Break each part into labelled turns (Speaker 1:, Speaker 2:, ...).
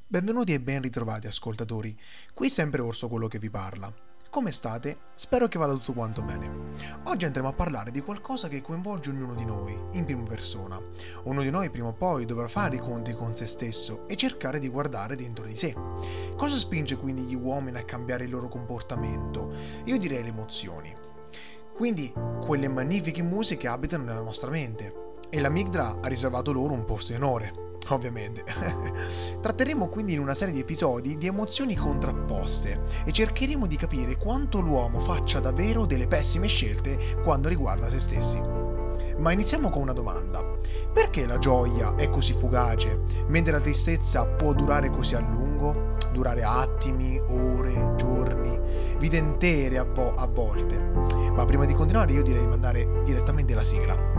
Speaker 1: Benvenuti e ben ritrovati ascoltatori, qui sempre Orso quello che vi parla. Come state? Spero che vada tutto quanto bene. Oggi andremo a parlare di qualcosa che coinvolge ognuno di noi, in prima persona. Ognuno di noi prima o poi dovrà fare i conti con se stesso e cercare di guardare dentro di sé. Cosa spinge quindi gli uomini a cambiare il loro comportamento? Io direi le emozioni. Quindi quelle magnifiche musiche che abitano nella nostra mente. E l'amigdala ha riservato loro un posto di onore. Ovviamente. Tratteremo quindi in una serie di episodi di emozioni contrapposte e cercheremo di capire quanto l'uomo faccia davvero delle pessime scelte quando riguarda se stessi. Ma iniziamo con una domanda. Perché la gioia è così fugace, mentre la tristezza può durare così a lungo? Durare attimi, ore, giorni, vite intere a volte. Ma prima di continuare io direi di mandare direttamente la sigla.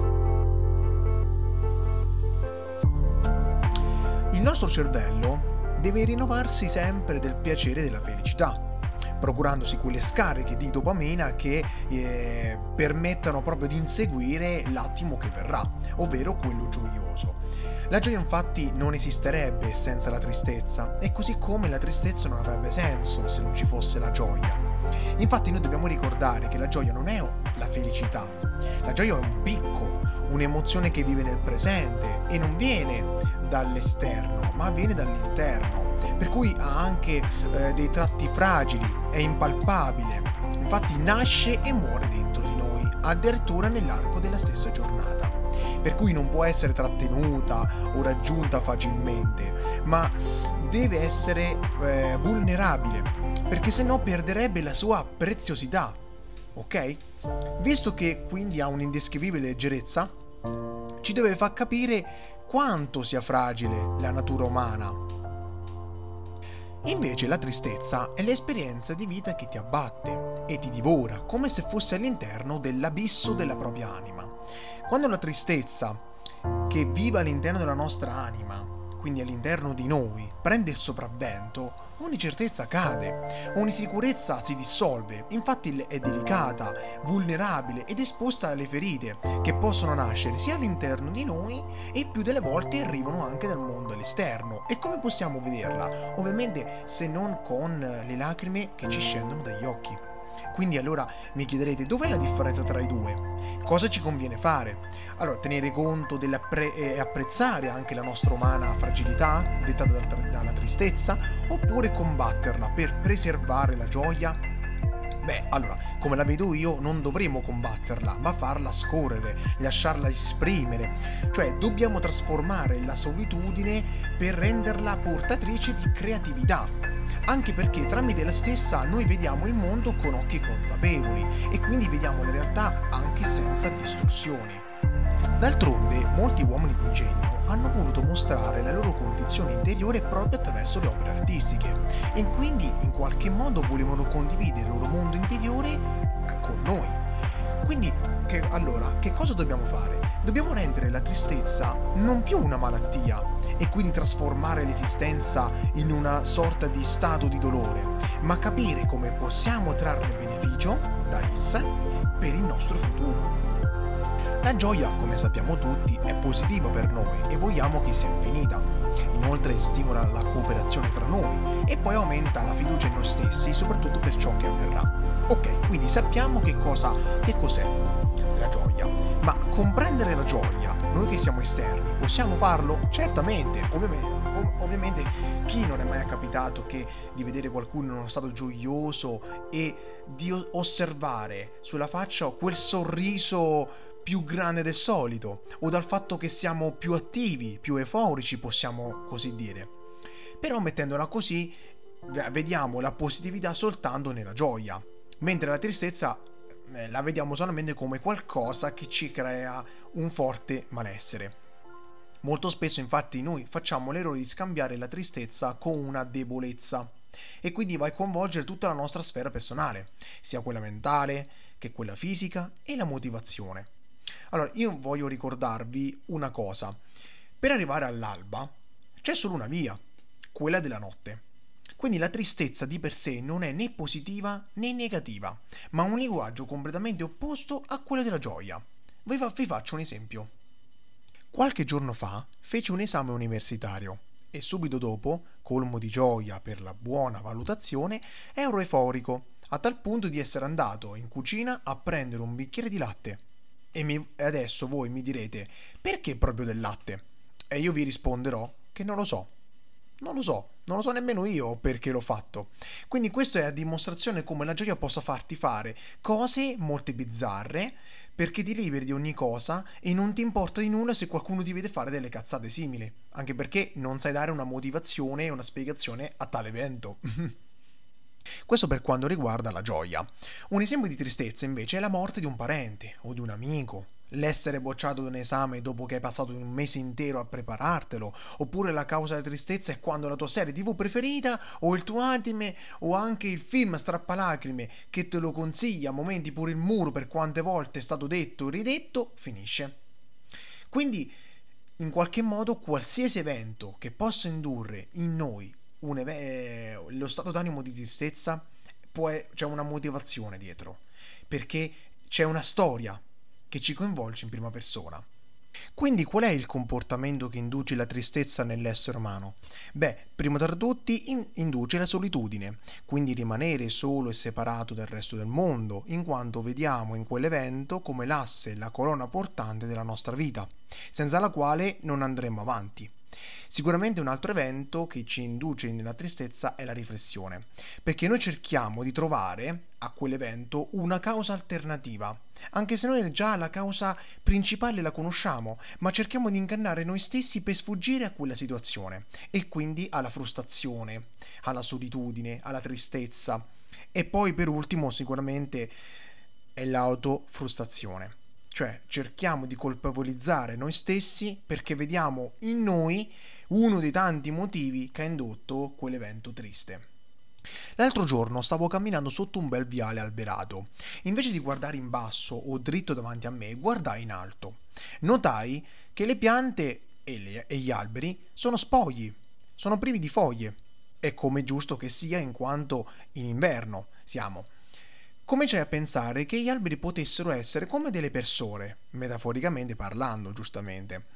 Speaker 1: Il nostro cervello deve rinnovarsi sempre del piacere della felicità, procurandosi quelle scariche di dopamina che permettano proprio di inseguire l'attimo che verrà, ovvero quello gioioso. La gioia infatti non esisterebbe senza la tristezza, e così come la tristezza non avrebbe senso se non ci fosse la gioia. Infatti noi dobbiamo ricordare che la gioia non è la felicità, la gioia è un picco, un'emozione che vive nel presente e non viene dall'esterno ma viene dall'interno, per cui ha anche dei tratti fragili, è impalpabile, infatti nasce e muore dentro di noi, addirittura nell'arco della stessa giornata, per cui non può essere trattenuta o raggiunta facilmente, ma deve essere vulnerabile, perché sennò perderebbe la sua preziosità, ok? Visto che quindi ha un'indescrivibile leggerezza, ci deve far capire quanto sia fragile la natura umana. Invece la tristezza è l'esperienza di vita che ti abbatte e ti divora, come se fosse all'interno dell'abisso della propria anima. Quando la tristezza, che vive all'interno della nostra anima, quindi all'interno di noi, prende il sopravvento, ogni certezza cade, ogni sicurezza si dissolve, infatti è delicata, vulnerabile ed esposta alle ferite che possono nascere sia all'interno di noi e più delle volte arrivano anche dal mondo all'esterno. E come possiamo vederla? Ovviamente se non con le lacrime che ci scendono dagli occhi. Quindi allora mi chiederete, dov'è la differenza tra i due? Cosa ci conviene fare? Allora, tenere conto e apprezzare anche la nostra umana fragilità, dettata dalla tristezza, oppure combatterla per preservare la gioia? Beh, allora, come la vedo io, non dovremo combatterla, ma farla scorrere, lasciarla esprimere. Cioè, dobbiamo trasformare la solitudine per renderla portatrice di creatività. Anche perché tramite la stessa noi vediamo il mondo con occhi consapevoli e quindi vediamo la realtà anche senza distorsioni. D'altronde, molti uomini d'ingegno hanno voluto mostrare la loro condizione interiore proprio attraverso le opere artistiche e quindi in qualche modo volevano condividere il loro mondo interiore con noi. Quindi, che cosa dobbiamo fare? Dobbiamo rendere la tristezza non più una malattia e quindi trasformare l'esistenza in una sorta di stato di dolore, ma capire come possiamo trarne beneficio da essa per il nostro futuro. La gioia, come sappiamo tutti, è positiva per noi e vogliamo che sia infinita. Inoltre stimola la cooperazione tra noi e poi aumenta la fiducia in noi stessi, soprattutto per ciò che avverrà. Ok, quindi sappiamo che cos'è la gioia, ma comprendere la gioia, noi che siamo esterni, possiamo farlo? Certamente, ovviamente chi non è mai capitato di vedere qualcuno in uno stato gioioso e di osservare sulla faccia quel sorriso più grande del solito, o dal fatto che siamo più attivi, più euforici, possiamo così dire. Però mettendola così, vediamo la positività soltanto nella gioia, mentre la tristezza la vediamo solamente come qualcosa che ci crea un forte malessere. Molto spesso infatti noi facciamo l'errore di scambiare la tristezza con una debolezza e quindi va a coinvolgere tutta la nostra sfera personale, sia quella mentale che quella fisica e la motivazione. Allora, io voglio ricordarvi una cosa. Per arrivare all'alba c'è solo una via, quella della notte. Quindi la tristezza di per sé non è né positiva né negativa, ma un linguaggio completamente opposto a quello della gioia. Vi faccio un esempio. Qualche giorno fa feci un esame universitario e subito dopo, colmo di gioia per la buona valutazione, ero euforico, a tal punto di essere andato in cucina a prendere un bicchiere di latte. E adesso voi mi direte, perché proprio del latte? E io vi risponderò che non lo so. Non lo so nemmeno io perché l'ho fatto. Quindi questa è a dimostrazione come la gioia possa farti fare cose molte bizzarre perché ti liberi di ogni cosa e non ti importa di nulla se qualcuno ti vede fare delle cazzate simili, anche perché non sai dare una motivazione e una spiegazione a tale evento. Questo per quanto riguarda la gioia. Un esempio di tristezza invece è la morte di un parente o di un amico, l'essere bocciato da un esame dopo che hai passato un mese intero a preparartelo, oppure la causa della tristezza è quando la tua serie TV preferita o il tuo anime o anche il film strappalacrime che te lo consiglia a momenti pure il muro per quante volte è stato detto e ridetto finisce. Quindi in qualche modo qualsiasi evento che possa indurre in noi lo stato d'animo di tristezza c'è una motivazione dietro, perché c'è una storia che ci coinvolge in prima persona. Quindi qual è il comportamento che induce la tristezza nell'essere umano? Prima tra tutti induce la solitudine, quindi rimanere solo e separato dal resto del mondo, in quanto vediamo in quell'evento come l'asse e la colonna portante della nostra vita, senza la quale non andremo avanti. Sicuramente un altro evento che ci induce nella tristezza è la riflessione, perché noi cerchiamo di trovare a quell'evento una causa alternativa, anche se noi già la causa principale la conosciamo, ma cerchiamo di ingannare noi stessi per sfuggire a quella situazione e quindi alla frustrazione, alla solitudine, alla tristezza e poi per ultimo sicuramente è l'autofrustrazione. Cioè cerchiamo di colpevolizzare noi stessi perché vediamo in noi uno dei tanti motivi che ha indotto quell'evento triste. L'altro giorno stavo camminando sotto un bel viale alberato. Invece di guardare in basso o dritto davanti a me, guardai in alto. Notai che le piante e gli alberi sono spogli, sono privi di foglie. È come giusto che sia in quanto in inverno siamo. Cominciai a pensare che gli alberi potessero essere come delle persone, metaforicamente parlando, giustamente.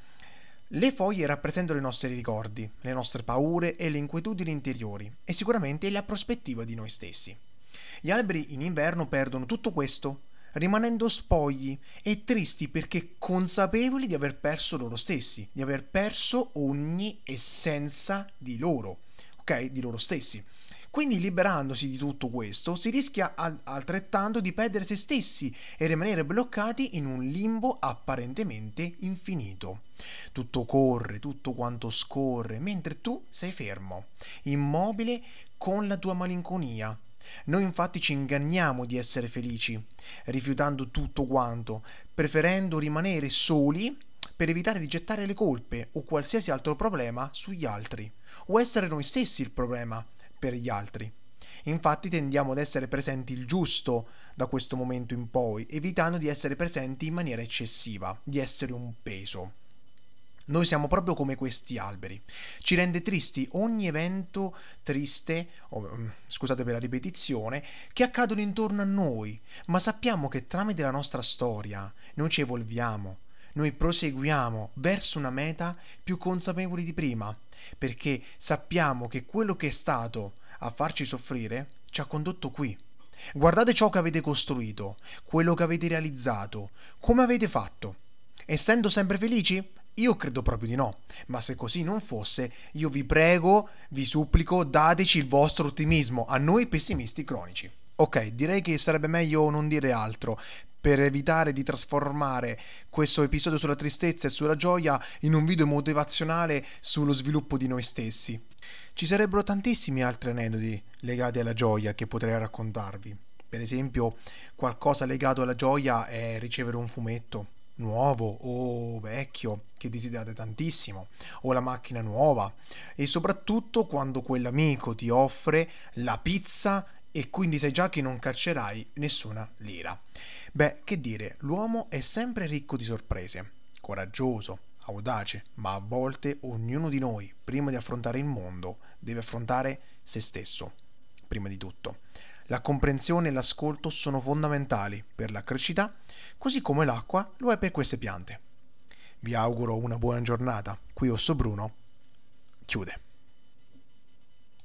Speaker 1: Le foglie rappresentano i nostri ricordi, le nostre paure e le inquietudini interiori e sicuramente la prospettiva di noi stessi. Gli alberi in inverno perdono tutto questo, rimanendo spogli e tristi perché consapevoli di aver perso loro stessi, di aver perso ogni essenza di loro, ok? Di loro stessi. Quindi liberandosi di tutto questo si rischia altrettanto di perdere se stessi e rimanere bloccati in un limbo apparentemente infinito. Tutto corre, tutto quanto scorre, mentre tu sei fermo, immobile con la tua malinconia. Noi infatti ci inganniamo di essere felici, rifiutando tutto quanto, preferendo rimanere soli per evitare di gettare le colpe o qualsiasi altro problema sugli altri, o essere noi stessi il problema per gli altri. Infatti tendiamo ad essere presenti il giusto da questo momento in poi, evitando di essere presenti in maniera eccessiva, di essere un peso. Noi siamo proprio come questi alberi. Ci rende tristi ogni evento triste, scusate per la ripetizione, che accadono intorno a noi, ma sappiamo che tramite la nostra storia noi ci evolviamo, noi proseguiamo verso una meta più consapevoli di prima, perché sappiamo che quello che è stato a farci soffrire ci ha condotto qui. Guardate ciò che avete costruito, quello che avete realizzato, come avete fatto. Essendo sempre felici? Io credo proprio di no, ma se così non fosse, io vi prego, vi supplico, dateci il vostro ottimismo, a noi pessimisti cronici. Ok, direi che sarebbe meglio non dire altro, per evitare di trasformare questo episodio sulla tristezza e sulla gioia in un video motivazionale sullo sviluppo di noi stessi. Ci sarebbero tantissimi altri aneddoti legati alla gioia che potrei raccontarvi. Per esempio, qualcosa legato alla gioia è ricevere un fumetto nuovo o vecchio che desiderate tantissimo, o la macchina nuova, e soprattutto quando quell'amico ti offre la pizza e quindi sai già che non caccerai nessuna lira. Che dire, l'uomo è sempre ricco di sorprese, coraggioso, audace, ma a volte ognuno di noi, prima di affrontare il mondo, deve affrontare se stesso, prima di tutto. La comprensione e l'ascolto sono fondamentali per la crescita, così come l'acqua lo è per queste piante. Vi auguro una buona giornata. Qui Osso Bruno chiude.